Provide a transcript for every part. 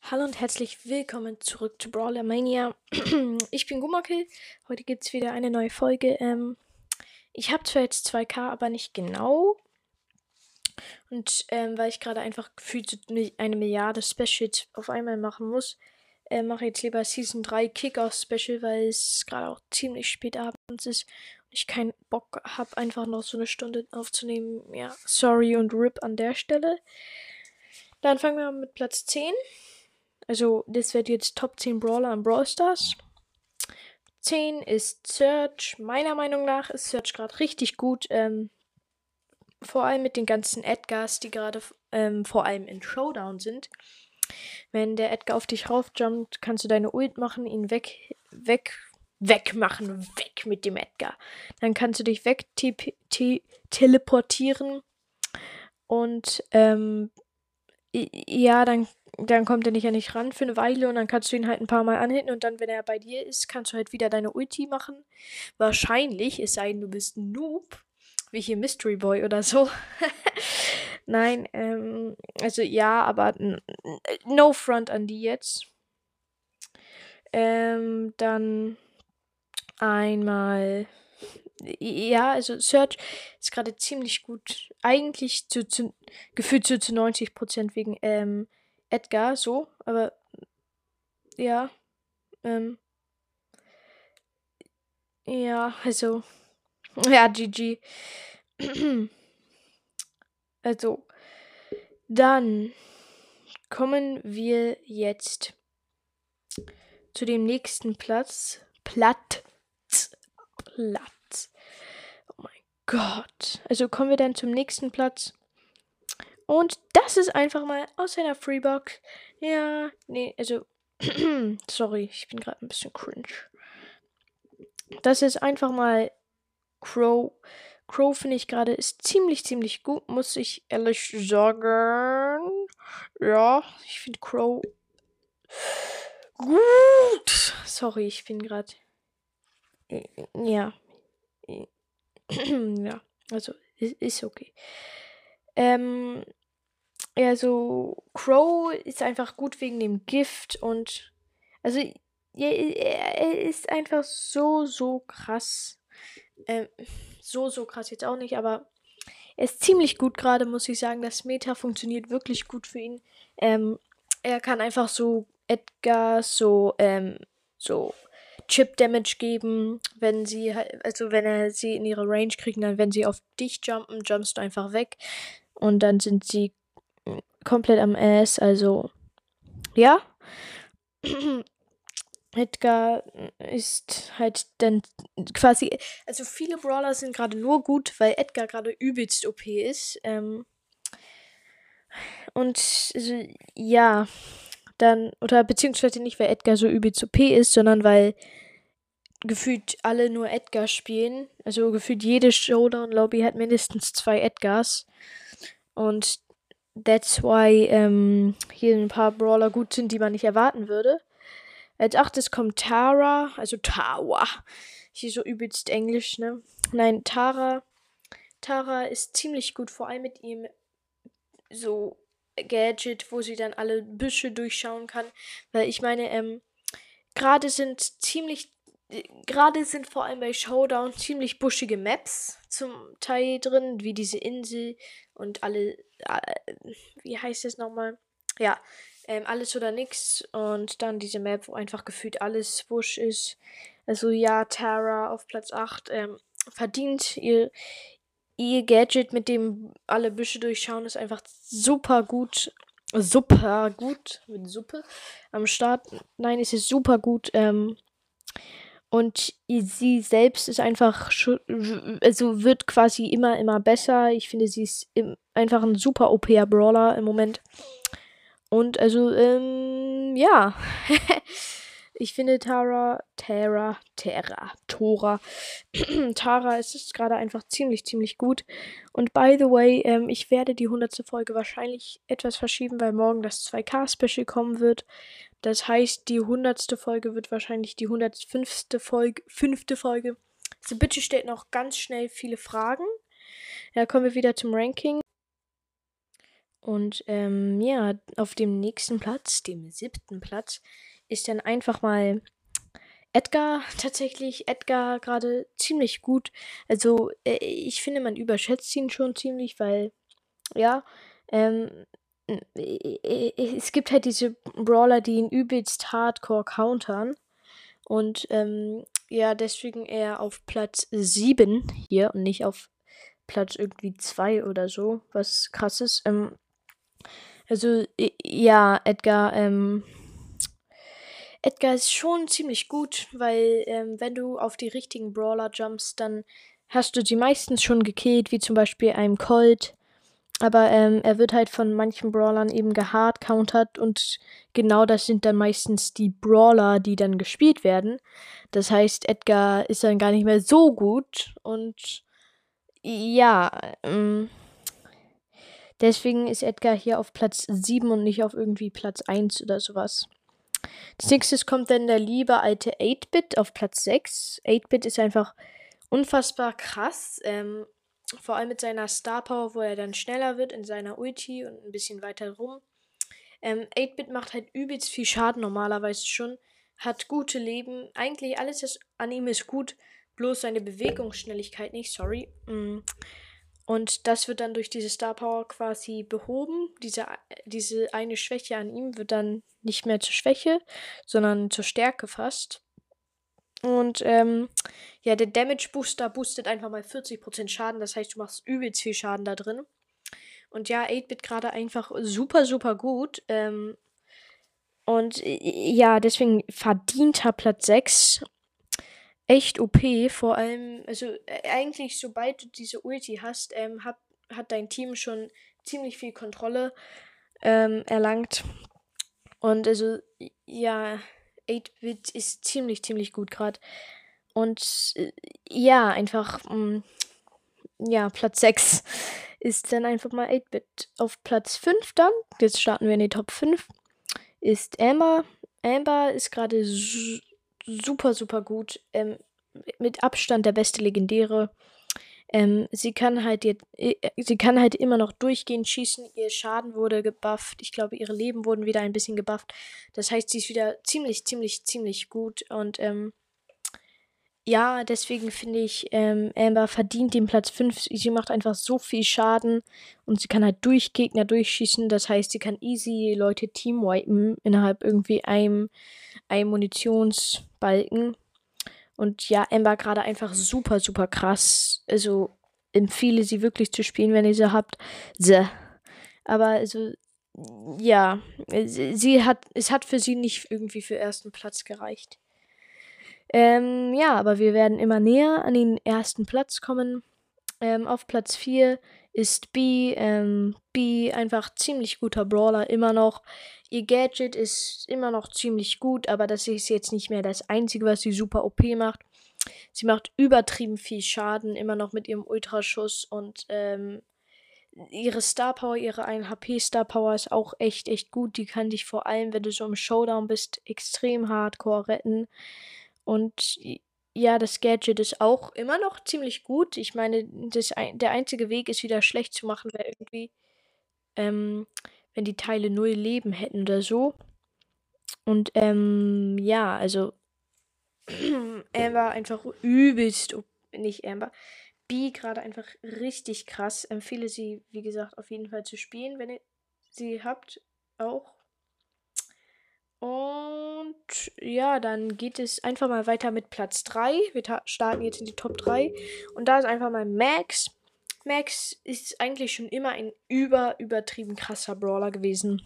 Hallo und herzlich willkommen zurück zu Brawler Mania. Ich bin Gumakill. Heute gibt es wieder eine neue Folge. Ich habe zwar jetzt 2K, aber nicht genau. Und weil ich gerade einfach gefühlt so eine Milliarde Specials auf einmal machen muss, mache ich jetzt lieber Season 3 Kickoff Special, weil es gerade auch ziemlich spät abends ist und ich keinen Bock habe, einfach noch so eine Stunde aufzunehmen. Ja, sorry und RIP an der Stelle. Dann fangen wir mit Platz 10. Also, das wird jetzt Top 10 Brawler an Brawl Stars. 10 ist Search. Meiner Meinung nach ist Search gerade richtig gut. Vor allem mit den ganzen Edgars, die gerade vor allem in Showdown sind. Wenn der Edgar auf dich raufjumpt, kannst du deine Ult machen, ihn wegmachen. Weg mit dem Edgar. Dann kannst du dich teleportieren. Und ja, dann kommt er nicht ran für eine Weile und dann kannst du ihn halt ein paar Mal anhitten und dann, wenn er bei dir ist, kannst du halt wieder deine Ulti machen. Wahrscheinlich, es sei denn, du bist ein Noob, wie hier Mystery Boy oder so. Nein, also ja, aber no front an die jetzt. Dann einmal, ja, also Search ist gerade ziemlich gut. Eigentlich gefühlt zu 90% wegen Edgar, so, aber ja, ja, also, ja, GG. Also, dann kommen wir jetzt zu dem nächsten Platz. Platz. Oh mein Gott. Also kommen wir dann zum nächsten Platz. Und das ist einfach mal aus einer Freebox. Ja, nee, also, sorry, ich bin gerade ein bisschen cringe. Das ist einfach mal Crow. Crow finde ich gerade ist ziemlich gut, muss ich ehrlich sagen. Ja, ich finde Crow gut. Sorry, ich bin gerade. Ja. Ja, also ist okay. Ja, so Crow ist einfach gut wegen dem Gift und also ja, er ist einfach so krass. So krass jetzt auch nicht, aber er ist ziemlich gut gerade, muss ich sagen. Das Meta funktioniert wirklich gut für ihn. Er kann einfach so Edgar so Chip Damage geben, wenn sie also wenn er sie in ihre Range kriegt, dann wenn sie auf dich jumpen, jumpst du einfach weg und dann sind sie komplett am Ass, also ja. Edgar ist halt dann quasi, also viele Brawler sind gerade nur gut, weil Edgar gerade übelst OP ist. Und also, ja, dann, oder beziehungsweise nicht, weil Edgar so übelst OP ist, sondern weil gefühlt alle nur Edgar spielen. Also gefühlt jede Showdown-Lobby hat mindestens 2 Edgars. Und that's why hier ein paar Brawler gut sind, die man nicht erwarten würde. Als 8. kommt Tara, also Tawa. Hier so übelst Englisch, ne? Nein, Tara. Tara ist ziemlich gut, vor allem mit ihrem so Gadget, wo sie dann alle Büsche durchschauen kann. Weil ich meine, gerade sind vor allem bei Showdown ziemlich buschige Maps zum Teil drin, wie diese Insel und alle, wie heißt es nochmal? Ja, alles oder nix und dann diese Map, wo einfach gefühlt alles Busch ist. Also ja, Tara auf Platz 8 verdient ihr Gadget, mit dem alle Büsche durchschauen, ist einfach super gut. Super gut mit Suppe am Start. Nein, es ist super gut. Und sie selbst ist einfach, also wird quasi immer besser. Ich finde, sie ist einfach ein super OP-Brawler im Moment. Und also, ja. Ich finde Tara ist gerade einfach ziemlich gut. Und by the way, ich werde die 100. Folge wahrscheinlich etwas verschieben, weil morgen das 2K-Special kommen wird. Das heißt, die 100. Folge wird wahrscheinlich die 105. Folge. Also bitte stellt noch ganz schnell viele Fragen. Ja, kommen wir wieder zum Ranking. Und ja, auf dem nächsten Platz, dem 7. Platz, ist dann einfach mal Edgar. Tatsächlich Edgar gerade ziemlich gut. Also ich finde, man überschätzt ihn schon ziemlich, weil ja, ähm, es gibt halt diese Brawler, die ihn übelst hardcore countern. Und ja, deswegen eher auf Platz 7 hier und nicht auf Platz irgendwie 2 oder so, was krass ist. Also, ja, Edgar ist schon ziemlich gut, weil wenn du auf die richtigen Brawler jumpst, dann hast du sie meistens schon gekillt, wie zum Beispiel einem Colt. Aber er wird halt von manchen Brawlern eben gehardcountert und genau das sind dann meistens die Brawler, die dann gespielt werden. Das heißt, Edgar ist dann gar nicht mehr so gut und ja, deswegen ist Edgar hier auf Platz 7 und nicht auf irgendwie Platz 1 oder sowas. Als nächstes kommt dann der liebe alte 8-Bit auf Platz 6. 8-Bit ist einfach unfassbar krass. Vor allem mit seiner Star Power, wo er dann schneller wird in seiner Ulti und ein bisschen weiter rum. 8-Bit macht halt übelst viel Schaden normalerweise schon. Hat gute Leben. Eigentlich alles an ihm ist gut. Bloß seine Bewegungsschnelligkeit nicht, sorry. Und das wird dann durch diese Star Power quasi behoben. Diese eine Schwäche an ihm wird dann nicht mehr zur Schwäche, sondern zur Stärke fast. Und ja, der Damage Booster boostet einfach mal 40% Schaden. Das heißt, du machst übelst viel Schaden da drin. Und ja, 8-Bit gerade einfach super, super gut. Und ja, deswegen verdienter Platz 6. Echt OP, vor allem, also eigentlich, sobald du diese Ulti hast, hat dein Team schon ziemlich viel Kontrolle erlangt. Und also, ja, 8-Bit ist ziemlich, ziemlich gut gerade. Und ja, einfach, ja, Platz 6 ist dann einfach mal 8-Bit. Auf Platz 5 dann, jetzt starten wir in die Top 5, ist Amber. Amber ist gerade super, super gut. Mit Abstand der beste Legendäre. Sie kann halt immer noch durchgehend schießen. Ihr Schaden wurde gebufft. Ich glaube, ihre Leben wurden wieder ein bisschen gebufft. Das heißt, sie ist wieder ziemlich, ziemlich, ziemlich gut. Und ja, deswegen finde ich, Amber verdient den Platz 5. Sie macht einfach so viel Schaden und sie kann halt durch Gegner durchschießen. Das heißt, sie kann easy Leute teamwipen innerhalb irgendwie einem Munitionsbalken. Und ja, Amber gerade einfach super, super krass. Also empfehle sie wirklich zu spielen, wenn ihr sie habt. Aber also, ja, es hat für sie nicht irgendwie für ersten Platz gereicht. Ja, aber wir werden immer näher an den ersten Platz kommen. Auf Platz 4 ist B. B einfach ziemlich guter Brawler, immer noch. Ihr Gadget ist immer noch ziemlich gut, aber das ist jetzt nicht mehr das Einzige, was sie super OP macht. Sie macht übertrieben viel Schaden, immer noch mit ihrem Ultraschuss und ihre Star Power, ihre 1 HP Star Power ist auch echt, echt gut. Die kann dich vor allem, wenn du so im Showdown bist, extrem hardcore retten. Und ja, das Gadget ist auch immer noch ziemlich gut. Ich meine, der einzige Weg, es wieder schlecht zu machen, wäre irgendwie, wenn die Teile 0 Leben hätten oder so. Und ja, also Amber einfach übelst, nicht Amber, B gerade einfach richtig krass. Empfehle sie, wie gesagt, auf jeden Fall zu spielen, wenn ihr sie habt, auch. Und ja, dann geht es einfach mal weiter mit Platz 3. Wir starten jetzt in die Top 3. Und da ist einfach mal Max. Max ist eigentlich schon immer ein übertrieben krasser Brawler gewesen.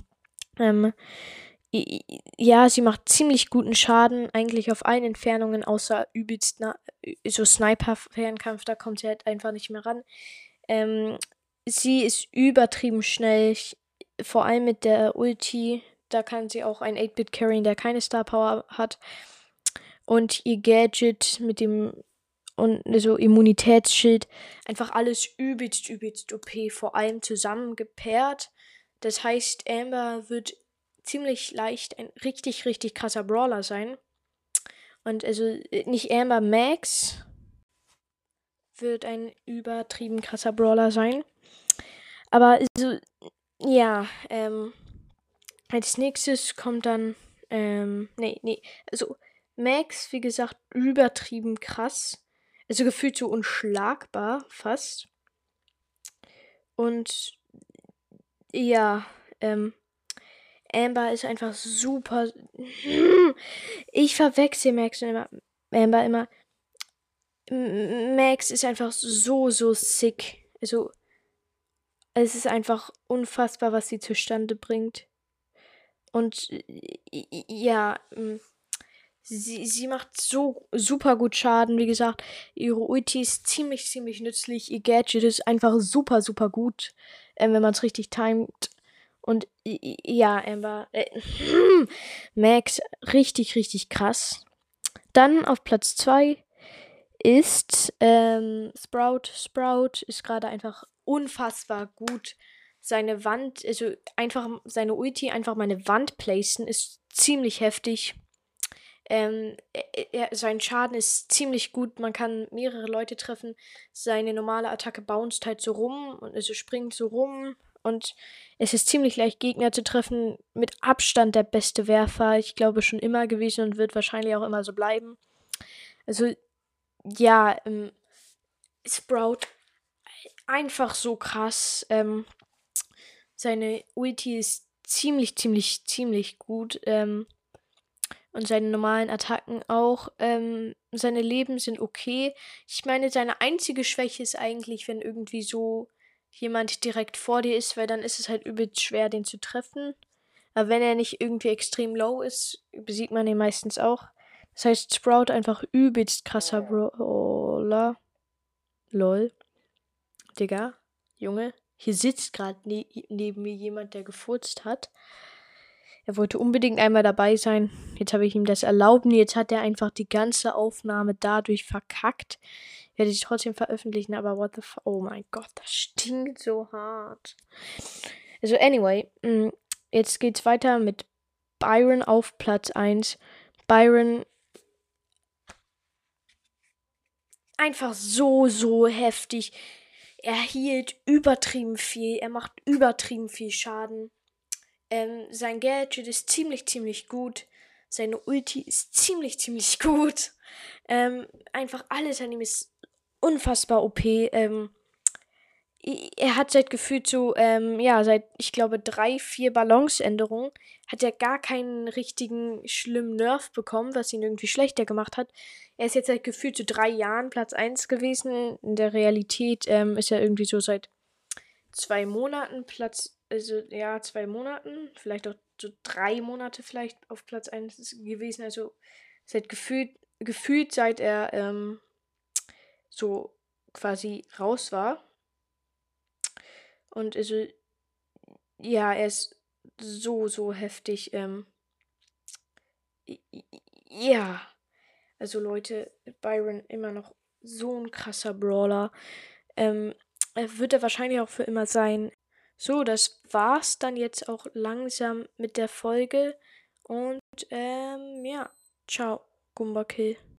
Ja, sie macht ziemlich guten Schaden, eigentlich auf allen Entfernungen, außer übelst so Sniper-Fernkampf, da kommt sie halt einfach nicht mehr ran. Sie ist übertrieben schnell, vor allem mit der Ulti. Da kann sie auch einen 8-Bit carryen, der keine Star Power hat. Und ihr Gadget mit dem und so Immunitätsschild, einfach alles übelst OP, vor allem zusammen gepaart. Das heißt, Amber wird ziemlich leicht ein richtig, richtig krasser Brawler sein. Und also nicht Amber, Max wird ein übertrieben krasser Brawler sein. Aber also, Ja, als nächstes kommt dann, nee, also Max, wie gesagt, übertrieben krass. Also gefühlt so unschlagbar fast. Und ja, Amber ist einfach super. Ich verwechsel Max und Amber immer. Max ist einfach so sick. Also, es ist einfach unfassbar, was sie zustande bringt. Und ja, sie macht so super gut Schaden. Wie gesagt, ihre Ulti ist ziemlich nützlich. Ihr Gadget ist einfach super gut, wenn man es richtig timet. Und ja, Amber, Max, richtig krass. Dann auf Platz 2 ist Sprout. Sprout ist gerade einfach unfassbar gut. Seine Wand, also einfach seine Ulti, einfach meine Wand placen, ist ziemlich heftig. Sein Schaden ist ziemlich gut. Man kann mehrere Leute treffen. Seine normale Attacke bounced halt so rum und also springt so rum. Und es ist ziemlich leicht, Gegner zu treffen. Mit Abstand der beste Werfer. Ich glaube schon immer gewesen und wird wahrscheinlich auch immer so bleiben. Also, ja, Sprout einfach so krass. Seine Ulti ist ziemlich gut. Und seine normalen Attacken auch. Seine Leben sind okay. Ich meine, seine einzige Schwäche ist eigentlich, wenn irgendwie so jemand direkt vor dir ist, weil dann ist es halt übelst schwer, den zu treffen. Aber wenn er nicht irgendwie extrem low ist, besiegt man ihn meistens auch. Das heißt, Sprout einfach übelst krasser Brawler. Lol. Digga, Junge, hier sitzt gerade neben mir jemand, der gefurzt hat. Er wollte unbedingt einmal dabei sein. Jetzt habe ich ihm das erlaubt und jetzt hat er einfach die ganze Aufnahme dadurch verkackt. Werde ich trotzdem veröffentlichen, aber what the fuck? Oh mein Gott, das stinkt so hart. Also anyway, jetzt geht's weiter mit Byron auf Platz 1. Byron einfach so heftig. Er hielt übertrieben viel. Er macht übertrieben viel Schaden. Sein Gadget ist ziemlich gut. Seine Ulti ist ziemlich gut. Einfach alles an ihm ist unfassbar OP. Er hat seit gefühlt so, seit, ich glaube, 3, 4 Balanceänderungen, hat er gar keinen richtigen schlimmen Nerf bekommen, was ihn irgendwie schlechter gemacht hat. Er ist jetzt seit gefühlt so 3 Jahren Platz 1 gewesen. In der Realität ist er irgendwie so seit 2 Monaten also ja, 2 Monaten, vielleicht auch so 3 Monate vielleicht auf Platz 1 gewesen. Also seit gefühlt seit er so quasi raus war. Und also, ja, er ist so heftig. Ja, also Leute, Byron immer noch so ein krasser Brawler. Wird er wahrscheinlich auch für immer sein. So, das war's dann jetzt auch langsam mit der Folge. Und ja, ciao, Gumba Kill.